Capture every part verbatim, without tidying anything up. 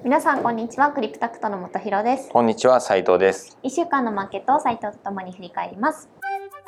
皆さんこんにちは。クリプタクトの本博です。 こんにちは、斉藤です。 いっしゅうかんのマーケットを斉藤とともに振り返ります。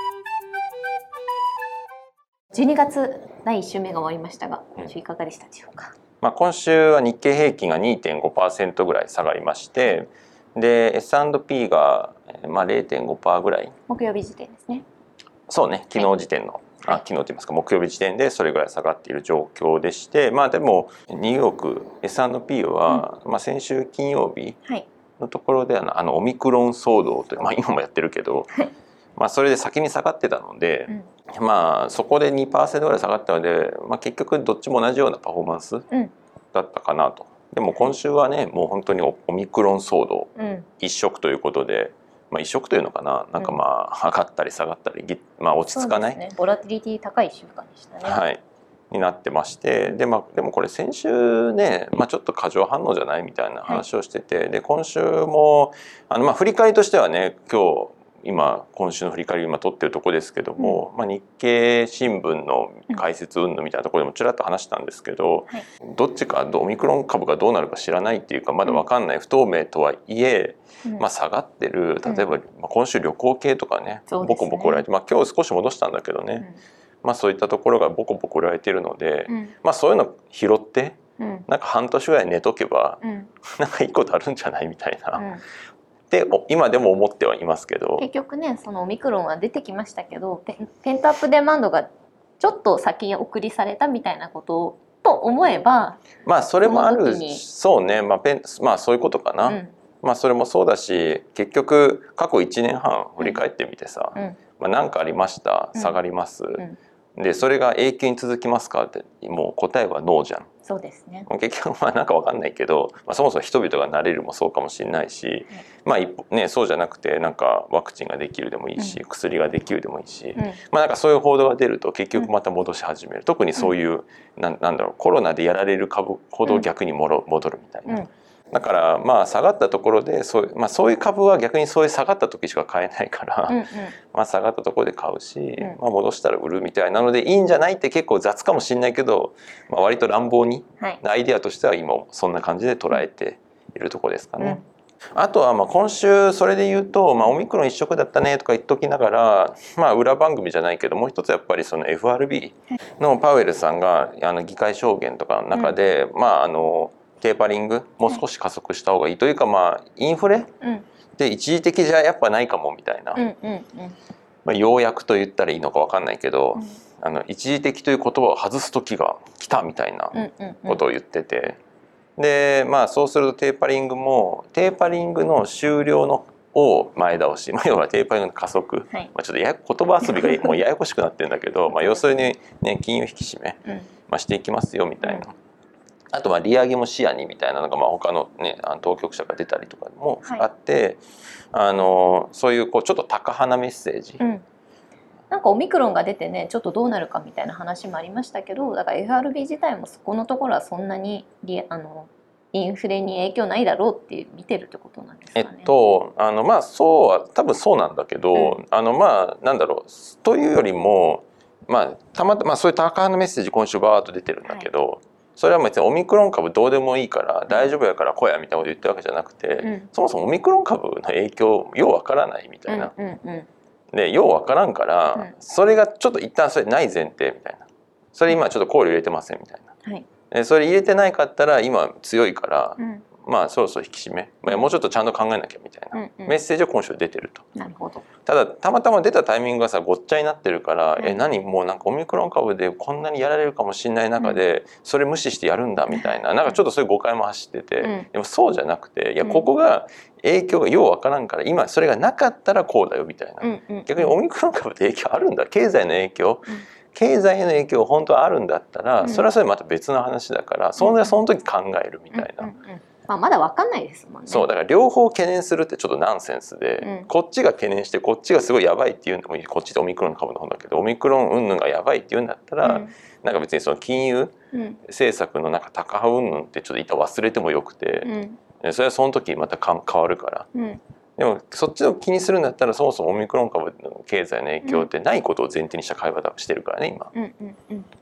じゅうにがつだいいっ週目が終わりましたが、今週いかがでしたでしょうか。 まあ、今週は日経平均が にてんごパーセント ぐらい下がりまして、で エスアンドピー がまあ れいてんごパーセント ぐらい、 木曜日時点ですね。 そうね、昨日時点の、はい、あ昨日と言いますか木曜日時点でそれぐらい下がっている状況でして、まあでもニューヨーク エスアンドピー は、うんまあ、先週金曜日のところであのあのオミクロン騒動という、まあ、今もやってるけど、はいまあそれで先に下がってたので、うん、まあそこで にパーセント ぐらい下がったので、まあ、結局どっちも同じようなパフォーマンスだったかなと。でも今週はねもう本当にオミクロン騒動、うん、一色ということで、まあ、一色というのかななんかまあ上がったり下がったり、まあ、落ち着かない、 ね、ボラティリティ高いいっしゅうかんでしたね。 はいになってましてで、まあ、でもこれ先週ね、まあ、ちょっと過剰反応じゃないみたいな話をしてて、はい、で今週もあのまあ振り返りとしてはね今日今今週の振り返りを今撮ってるところですけども、うんまあ、日経新聞の解説云々みたいなところでもちらっと話したんですけど、はい、どっちかオミクロン株がどうなるか知らないっていうかまだ分かんない、うん、不透明とはいえ、まあ、下がってる例えば、うん、今週旅行系とかね、うん、ボコボコ売られて、まあ、今日少し戻したんだけどね、うんまあ、そういったところがボコボコ売られているので、うんまあ、そういうの拾って、うん、なんか半年ぐらい寝とけば、うん、なんかいいことあるんじゃないみたいな。うんって今でも思ってはいますけど結局ねそのオミクロンは出てきましたけど ペ, ペントアップデマンドがちょっと先送りされたみたいなことと思えばまあそれもあるそうね、まあ、ペンまあそういうことかな、うん、まあそれもそうだし結局過去いちねんはん振り返ってみてさ、うんまあ、何かありました下がります、うんうん、でそれが永久に続きますかってもう答えはノーじゃん。 そうですね、 結局まあなんか分かんないけど、まあ、そもそも人々がなれるもそうかもしれないし、はい、まあ一方、ね、そうじゃなくてなんかワクチンができるでもいいし、うん、薬ができるでもいいし、うん、まあなんかそういう報道が出ると結局また戻し始める、うん、特にそういう、うん、な, なんだろうコロナでやられる株ほど逆に戻るみたいな。うんだからまあ下がったところでそう、まあ、そういう株は逆にそういう下がった時しか買えないから、うんうん、まあ下がったところで買うし、うんまあ、戻したら売るみたいなのでいいんじゃないって結構雑かもしれないけど、まあ、割と乱暴に、はい、アイデアとしては今そんな感じで捉えているところですかね。うん、あとはまあ今週それで言うと、まあ、オミクロン一色だったねとか言っときながら、まあ、裏番組じゃないけどもう一つやっぱりその エフアールビー のパウエルさんがあの議会証言とかの中で、うん、まああのテーパリングもう少し加速した方がいいというか、まあインフレで一時的じゃやっぱないかもみたいな、うんうんうんまあ、ようやくと言ったらいいのか分かんないけど、うん、あの一時的という言葉を外す時が来たみたいなことを言ってて、でまあそうするとテーパリングもテーパリングの終了のを前倒し、まあ、要はテーパリングの加速、はいまあ、ちょっとや言葉遊びがもうややこしくなってるんだけど、まあ要するに、ね、金融引き締め、うんまあ、していきますよみたいな。うんあとは利上げも視野にみたいなのがまあ他のね当局者が出たりとかもあって、はい、あのそういうこうちょっと高派なメッセージ、うん、 なんかオミクロンが出てねちょっとどうなるかみたいな話もありましたけどだから エフアールビー 自体もそこのところはそんなにあのインフレに影響ないだろうって見てるってことなんですかね。 えっとあのまあそうは多分そうなんだけど、うん、あのまあなんだろうというよりもまあたまたまあそういう高派なメッセージ今週バーッと出てるんだけど。はいそれは別にオミクロン株どうでもいいから大丈夫やから来やみたいなこと言ってるわけじゃなくて、うん、そもそもオミクロン株の影響ようわからないみたいな、うんうんうん、でようわからんから、うん、それがちょっと一旦それない前提みたいなそれ今ちょっと考慮入れてませんみたいな、はい、でそれ入れてないかったら今強いから、うんまあそろそろ引き締め、まあ、もうちょっとちゃんと考えなきゃみたいな、うんうん、メッセージが今週出てると。 なるほど。 ただたまたま出たタイミングがさごっちゃになってるから、うん、え何もうなんかオミクロン株でこんなにやられるかもしれない中で、うん、それ無視してやるんだみたいななんかちょっとそういう誤解も走ってて、うん、でもそうじゃなくていやここが影響がようわからんから今それがなかったらこうだよみたいな、うんうん、逆にオミクロン株って影響あるんだ経済の影響、うん経済への影響が本当はあるんだったら、うん、それはそれまた別の話だからそれはその時考えるみたいな、うんうんうんまあ、まだ分かんないですもんね。 そうだから両方懸念するってちょっとナンセンスで、うん、こっちが懸念してこっちがすごいやばいっていうのもこっちでオミクロン株の方だけどオミクロン云々がやばいっていうんだったら、うん、なんか別にその金融政策のなんか高派云々ってちょっと一旦忘れてもよくて、うん、それはその時また変わるから。うんでもそっちを気にするんだったらそもそもオミクロン株の経済の影響ってないことを前提にした会話をしてるからね今、うんうんうん、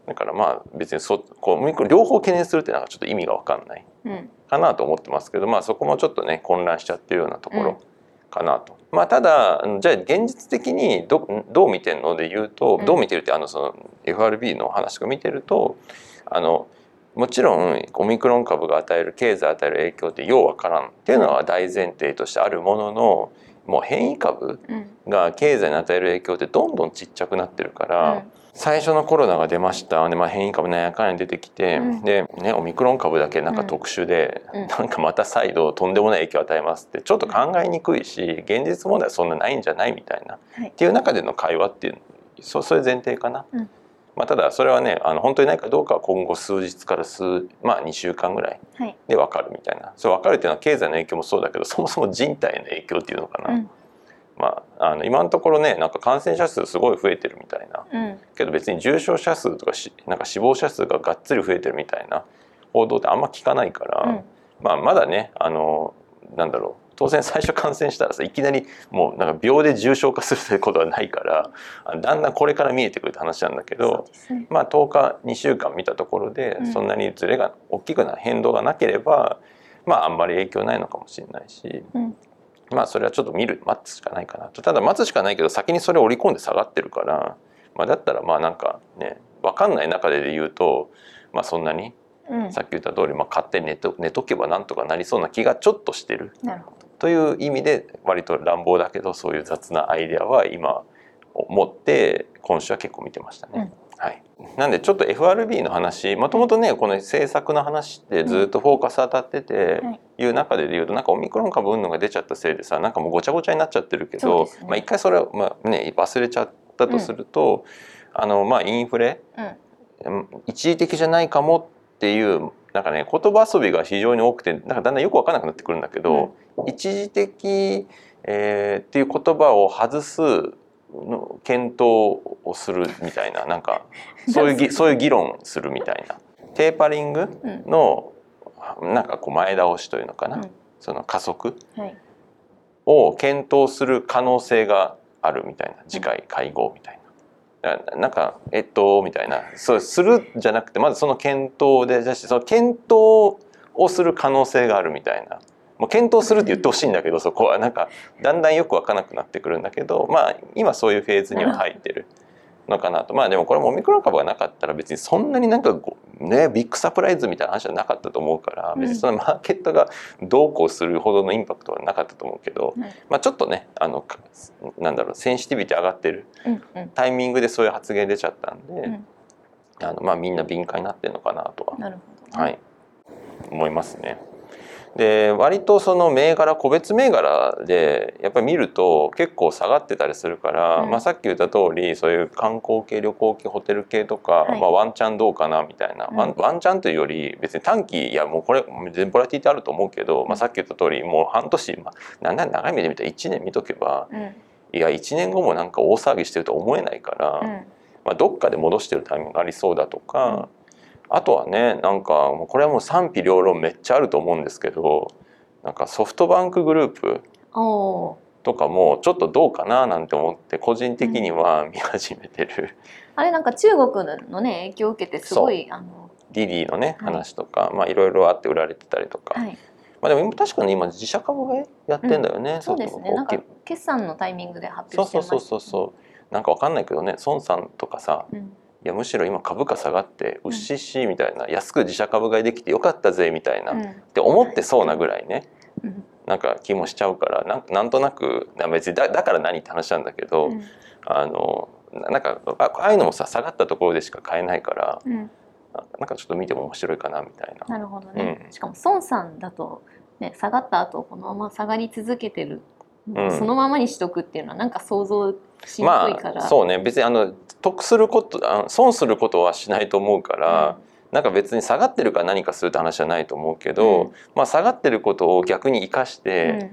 だからまあ別にそこう両方懸念するってなんかちょっと意味が分かんないかなと思ってますけど、まあそこもちょっとね混乱しちゃってるようなところかなと。まあただじゃあ現実的に ど, どう見てるので言うと、どう見てるってあのその エフアールビー の話を見てると、あのもちろんオミクロン株が与える経済与える影響ってようわからんっていうのは大前提としてあるものの、もう変異株が経済に与える影響ってどんどんちっちゃくなってるから、うん、最初のコロナが出ましたで、まあ、変異株なんやかんや出てきて、うん、で、ね、オミクロン株だけなんか特殊で、うん、なんかまた再度とんでもない影響を与えますってちょっと考えにくいし、現実問題はそんなないんじゃないみたいな、はい、っていう中での会話っていうそそういう前提かな。うん、まあ、ただそれはねあの本当にないかどうかは今後数日から数、まあ、にしゅうかんぐらいで分かるみたいな、はい、それ分かるっていうのは経済の影響もそうだけどそもそも人体への影響っていうのかな、うん、まあ、あの今のところねなんか感染者数すごい増えてるみたいな、うん、けど別に重症者数とかしなんか死亡者数ががっつり増えてるみたいな報道ってあんま聞かないから、うん、まあ、まだねあのなんだろう当然最初感染したらさいきなりもうなんか秒で重症化するということはないからだんだんこれから見えてくるって話なんだけど、ね、まあとおかにしゅうかん見たところでそんなにズレが大きくな変動がなければ、まああんまり影響ないのかもしれないし、うん、まあそれはちょっと見る待つしかないかなと。ただ待つしかないけど先にそれを織り込んで下がってるから、まあ、だったらまあなんかね分かんない中で言うとまあそんなに、うん、さっき言った通り、まあ、勝手に寝と、寝とけばなんとかなりそうな気がちょっとしてる。なるほどという意味で割と乱暴だけどそういう雑なアイデアは今持って今週は結構見てましたね。うん、はい、なんでちょっと エフアールビー の話もともとねこの政策の話ってずっとフォーカス当たってていう中で言うとなんかオミクロン株云々が出ちゃったせいでさなんかもうごちゃごちゃになっちゃってるけど、ね、まあ一回それをまあね忘れちゃったとすると、うん、あのまあインフレ、うん、一時的じゃないかもっていうなんかね言葉遊びが非常に多くてなんかだんだんよく分からなくなってくるんだけど、うん、一時的、えー、っていう言葉を外すの検討をするみたいななんかそういうそういう議論するみたいなテーパリングのなんかこう前倒しというのかな、うん、その加速を検討する可能性があるみたいな次回会合みたいな。なんかえっとみたいなそうするじゃなくてまずその検討でじゃしその検討をする可能性があるみたいなもう検討するって言ってほしいんだけどそこはなんかだんだんよく分からなくなってくるんだけどまあ今そういうフェーズには入ってるのかなと。まあでもこれもオミクロン株がなかったら別にそんなになんかねビッグサプライズみたいな話はなかったと思うから別にそのマーケットがどうこうするほどのインパクトはなかったと思うけど、まあちょっとねあのなんだろうセンシティビティ上がってるタイミングでそういう発言出ちゃったんで、あのまあみんな敏感になってるのかなとは、なるほどね、はい、思いますね。で割とその銘柄個別銘柄でやっぱり見ると結構下がってたりするから、うんまあ、さっき言った通りそういう観光系旅行系ホテル系とか、はいまあ、ワンチャンどうかなみたいな、うん、ワン、ワンチャンというより別に短期いやもうこれ全ボラティティあると思うけど、うんまあ、さっき言った通りもう半年、まあ、なんなら長い目で見たらいちねん見とけば、うん、いやいちねんごもなんか大騒ぎしてると思えないから、うんまあ、どっかで戻してるタイミングがありそうだとか。うんあとはねなんかこれはもう賛否両論めっちゃあると思うんですけどなんかソフトバンクグループとかもちょっとどうかななんて思って個人的には見始めてる、うん、 あれなんか中国のね影響を受けてすごいあのディディのね、はい、話とかまあいろいろあって売られてたりとか、はい、まあでも今確かに今自社株買いやってんだよね、うん、 そうですねなんか決算のタイミングで発表してました、ね、 そうそうそうそうなんかわかんないけどね孫さんとかさ、うんいやむしろ今株価下がってうっしっしみたいな、うん、安く自社株買いできてよかったぜみたいな、うん、って思ってそうなぐらいね、うん、なんか気もしちゃうからなんなんとなく別に だ, だから何って話なんだけど、うん、あのなんかああいうのもさ下がったところでしか買えないから、うん、なんかちょっと見ても面白いかなみたいな。 なるほどね、うん、しかも孫さんだと、ね、下がった後このまま下がり続けてる、うん、そのままにしとくっていうのはなんか想像しにくいから、 まあそうね別にあの得することあ損することはしないと思うから、うん、なんか別に下がってるから何かするって話じゃないと思うけど、うん、まあ下がってることを逆に生かして、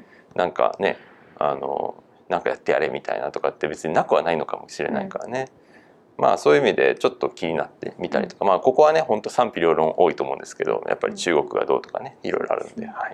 うん、なんかねあのなんかやってやれみたいなとかって別になくはないのかもしれないからね、うん、まあそういう意味でちょっと気になってみたりとか、うん、まあここはね本当賛否両論多いと思うんですけどやっぱり中国がどうとかねいろいろあるんで、はい、 ち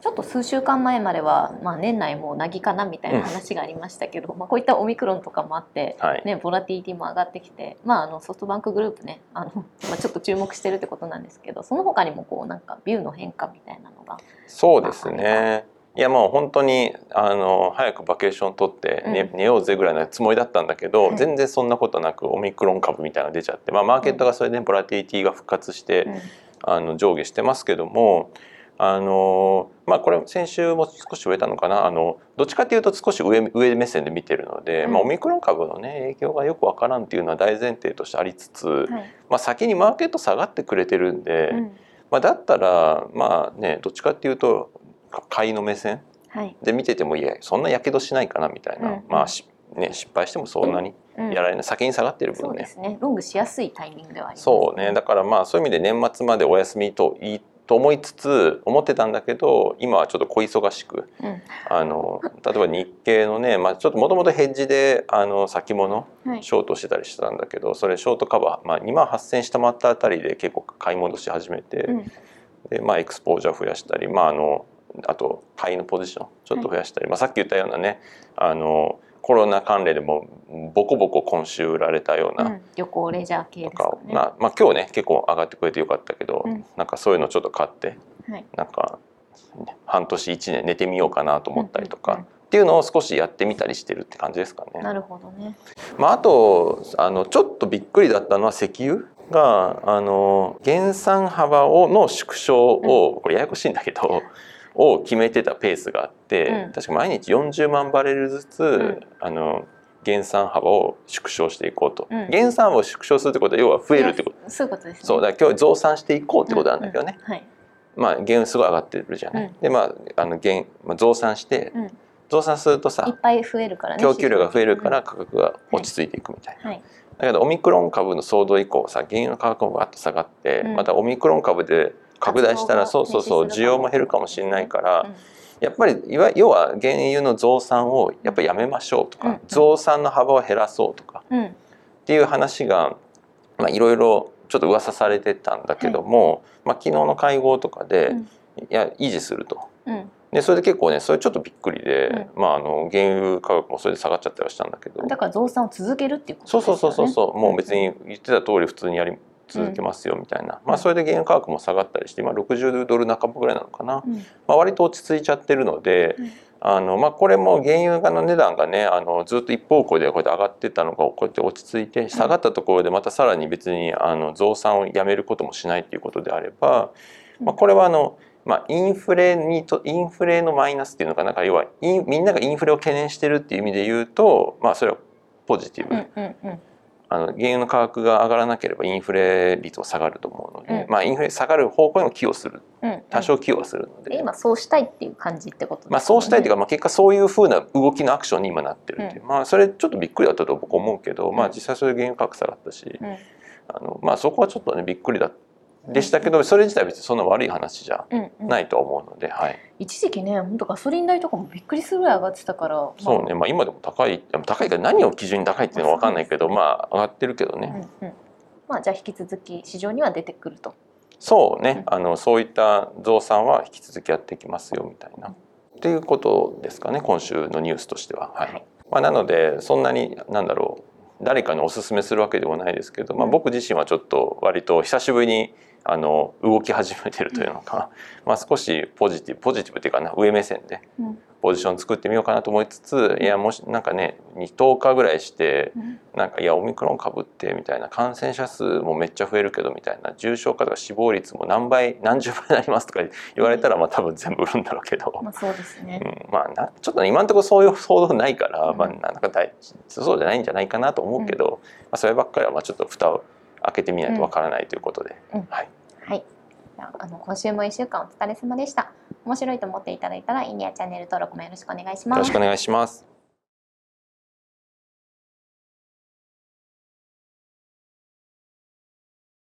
ちょっと数週間前までは、まあ、年内もうなぎかなみたいな話がありましたけど、うん、まあこういったオミクロンとかもあって、 はいね、ボラティリティも上がってきて、まあ、あのソフトバンクグループねあの、まあ、ちょっと注目してるってことなんですけど、その他にもこうなんかビューの変化みたいなのが。 そうですね、いやもう本当にあの早くバケーション取って、ねうん、寝ようぜぐらいのつもりだったんだけど、はい、全然そんなことなくオミクロン株みたいなのが出ちゃって、まあ、マーケットがそれで、ね、ボラティリティが復活して、うん、あの上下してますけども、あのまあこれ先週も少し植えたのかな、あのどっちかというと少し 上, 上目線で見てるので、うんまあ、オミクロン株の、ね、影響がよくわからんっていうのは大前提としてありつつ、はいまあ、先にマーケット下がってくれてるんで、うんまあ、だったらまあねどっちかっていうと買いの目線で見ててもいいや、そんなやけどしないかなみたいな、うんまあね、失敗してもそんなにやられない、うん、先に下がってる分ね、 そうですね、ロングしやすいタイミングではありますね。 そうね、だからまあそういう意味で年末までお休みといいと思いつつ思ってたんだけど、今はちょっと小忙しく、うん、あの例えば日経のね、まあ、ちょっともともとヘッジであの先物ショートしてたりしてたんだけど、はい、それショートカバー、まあ、にまんはっせん下回ったあたりで結構買い戻し始めて、うん、でまあエクスポージャー増やしたり、まあ、あのあと買いのポジションちょっと増やしたり、はいまあ、さっき言ったようなねあのコロナ関連でもボコボコ今週売られたような、うん、 旅行レジャー系ですかね。 まあ、まあ今日ね結構上がってくれてよかったけど、うん、なんかそういうのちょっと買って、はい、なんか半年いちねん寝てみようかなと思ったりとか、うんうんうん、っていうのを少しやってみたりしてるって感じですかね。 なるほどね。 まあ、あとあのちょっとびっくりだったのは石油があの減産幅をの縮小を、うん、これややこしいんだけどを決めてたペースがあって、うん、確か毎日よんじゅうまんバレルずつ、うん、あの減産幅を縮小していこうと、うん、減産幅を縮小するってことは要は増えるってこと、 そういうことですね。 そうだから今日増産していこうってことなんだけどね、 うんうんはい、 まあ原油すごい上がってるじゃない、うん、でまああの原、まあ、増産して、うん、増産するとさいっぱい増えるからね、 供給量が増えるから価格が落ち着いていくみたいな、はいはい、だけどオミクロン株の騒動以降さ原油の価格もバッと下がって、うん、またオミクロン株で拡大したらそうそうそう需要も減るかもしれないから、うんやっぱり要は原油の増産をやっぱりやめましょうとか、うん、増産の幅を減らそうとか、うん、っていう話がいろいろちょっと噂されてたんだけども、はいまあ、昨日の会合とかで、うん、いや維持すると、うん、でそれで結構ねそれちょっとびっくりで、うんまあ、あの原油価格もそれで下がっちゃったりはしたんだけど、 だから増産を続けるっていうことですよね。 そうそうそうそうもう別に言ってた通り普通にやり続けますよみたいな、うんまあ、それで原油価格も下がったりして今ろくじゅうドル半ばぐらいなのかな、うんまあ、割と落ち着いちゃってるので、うんあのまあ、これも原油の値段がねあのずっと一方向でこうやって上がってたのがこうやって落ち着いて下がったところでまたさらに別にあの増産をやめることもしないということであれば、まあ、これはあの、まあ、インフレにとインフレのマイナスっていうのかなんか要はインみんながインフレを懸念してるっていう意味で言うと、まあ、それはポジティブ。うんうんうんあの原油の価格が上がらなければインフレ率も下がると思うので、うんまあ、インフレ下がる方向にも寄与する、うんうん、多少寄与はするので、 今そうしたいっていう感じってことですかね。 まあ、そうしたいというか、まあ、結果そういうふうな動きのアクションに今なってるっていう、うんまあ、それちょっとびっくりだったと僕思うけど、うんまあ、実際それで原油価格下がったし、うんあのまあ、そこはちょっとねびっくりだでしたけど、それ自体は別にそんな悪い話じゃないと思うので、はい、 一時期ね本当ガソリン代とかもびっくりするぐらい上がってたから、まあ、 そうね、まあ、今でも高い高いから何を基準に高いっていうのは分かんないけど、まあ上がってるけどね、 うんうんまあ、じゃあ引き続き市場には出てくると。 そうね、うん、あのそういった増産は引き続きやっていきますよみたいな、うん、っていうことですかね今週のニュースとしては。はいはいまあ、なのでそんなに何だろう誰かにおすすめするわけではないですけど、まあ、僕自身はちょっと割と久しぶりにあの動き始めてるというのか、まあ、少しポジティブポジティブっていうかな上目線でポジション作ってみようかなと思いつつ、いやもしなんかねとおかぐらいしてなんかいやオミクロン株ってみたいな感染者数もめっちゃ増えるけどみたいな重症化とか死亡率も何倍何十倍になりますとか言われたらまあ多分全部売るんだろうけど、 まあそうですね、 うん、まあなちょっと、ね、今のところそういう報道ないから、まあ、なんか大そうじゃないんじゃないかなと思うけど、まあ、そればっかりはまあちょっと蓋を開けてみないとわからないということで、 うんうんはいはい、あの今週もいっしゅうかんお疲れ様でした。面白いと思っていただいたらいいねやチャンネル登録もよろしくお願いします。 よろしくお願いします。